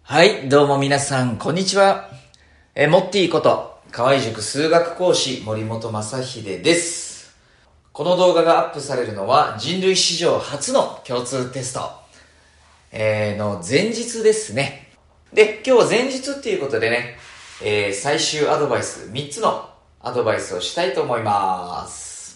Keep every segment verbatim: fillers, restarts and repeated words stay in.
はい、どうも皆さん、こんにちは。えー、モッティこと、河合塾数学講師、森本正秀です。この動画がアップされるのは、人類史上初の共通テスト、えー、の前日ですね。で、今日は前日っていうことでね、えー、最終アドバイス、みっつのアドバイスをしたいと思います。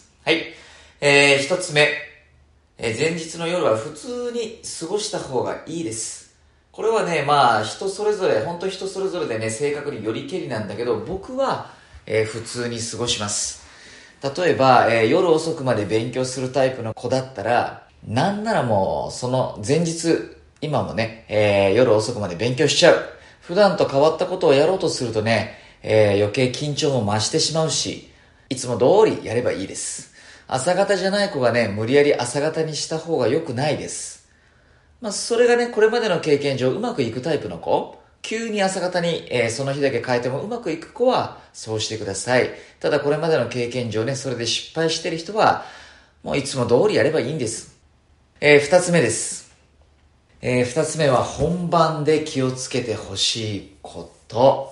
はい。えー、ひとつめ、えー、前日の夜は普通に過ごした方がいいです。これはね、まあ人それぞれ、本当人それぞれでね、正確によりけりなんだけど、僕は、えー、普通に過ごします。例えば、えー、夜遅くまで勉強するタイプの子だったら、なんならもう、その前日、今もね、えー、夜遅くまで勉強しちゃう。普段と変わったことをやろうとするとね、えー、余計緊張も増してしまうし、いつも通りやればいいです。朝方じゃない子がね、無理やり朝方にした方が良くないです。まあ、それがね、これまでの経験上うまくいくタイプの子、急に朝方に、えー、その日だけ変えてもうまくいく子は、そうしてください。ただこれまでの経験上ね、それで失敗してる人は、もういつも通りやればいいんです。えー、二つ目です。えー、二つ目は本番で気をつけてほしいこと。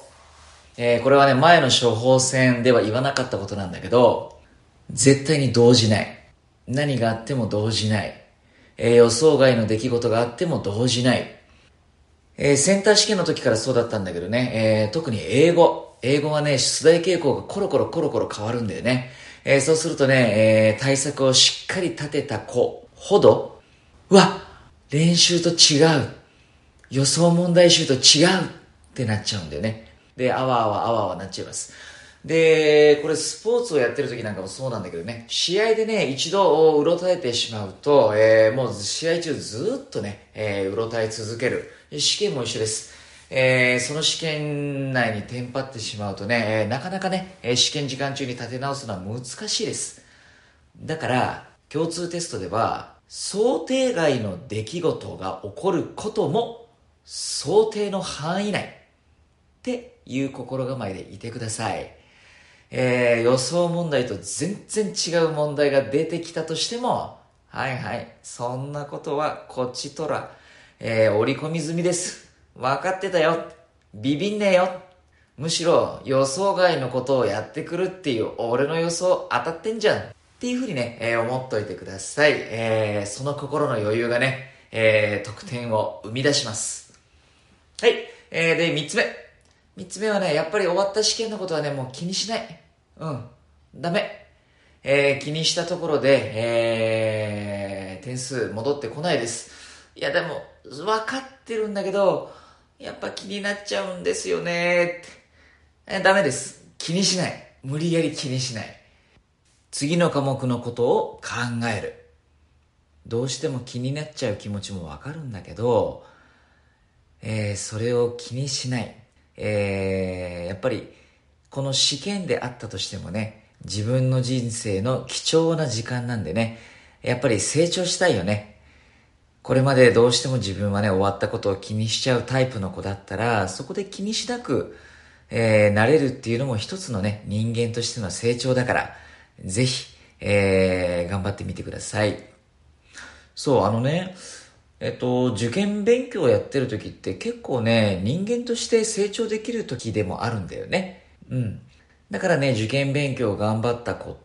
えー、これはね、前の処方箋では言わなかったことなんだけど、絶対に動じない。何があっても動じない。えー、予想外の出来事があっても動じない。えー、センター試験の時からそうだったんだけどね、えー、特に英語。英語はね、出題傾向がコロコロコロコロ変わるんだよね。えー、そうするとね、えー、対策をしっかり立てた子ほど、うわ、練習と違う。予想問題集と違うってなっちゃうんだよね。で、あわあわあわあわなっちゃいます。で、これスポーツをやってる時なんかもそうなんだけどね、試合でね、一度うろたえてしまうと、えー、もう試合中ずっとね、えー、うろたえ続ける。試験も一緒です。えー、その試験内にテンパってしまうとね、えー、なかなかね、試験時間中に立て直すのは難しいです。だから、共通テストでは、想定外の出来事が起こることも、想定の範囲内っていう心構えでいてください。えー、予想問題と全然違う問題が出てきたとしても、はいはい、そんなことはこっちとら、えー、織り込み済みです。分かってたよ。ビビんねえよ。むしろ予想外のことをやってくるっていう俺の予想当たってんじゃん。っていうふうにね、えー、思っといてください。えー、その心の余裕がね、えー、得点を生み出します。はい、えー、で、三つ目。三つ目はね、やっぱり終わった試験のことはね、もう気にしない。うん。ダメ。えー、気にしたところで、えー、点数戻ってこないです。いやでも、分かってるんだけど、やっぱ気になっちゃうんですよねって。えー、ダメです。気にしない。無理やり気にしない。次の科目のことを考える。どうしても気になっちゃう気持ちも分かるんだけど、えー、それを気にしない。えー、やっぱりこの試験であったとしてもね、自分の人生の貴重な時間なんでね、やっぱり成長したいよね。これまでどうしても自分はね、終わったことを気にしちゃうタイプの子だったら、そこで気にしなく、えー、なれるっていうのも一つのね、人間としての成長だから、ぜひ、えー、頑張ってみてください。そう、あのね、えっと、受験勉強をやってる時って結構ね、人間として成長できる時でもあるんだよね。うん。だからね、受験勉強を頑張った子って、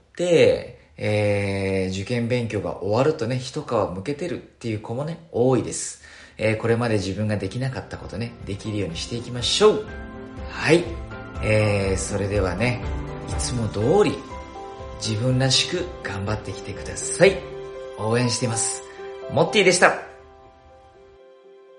えー、受験勉強が終わるとね、一皮むけてるっていう子もね、多いです。えー、これまで自分ができなかったことね、できるようにしていきましょう。はい。えー、それではね、いつも通り、自分らしく頑張ってきてください。応援しています。モッティでした。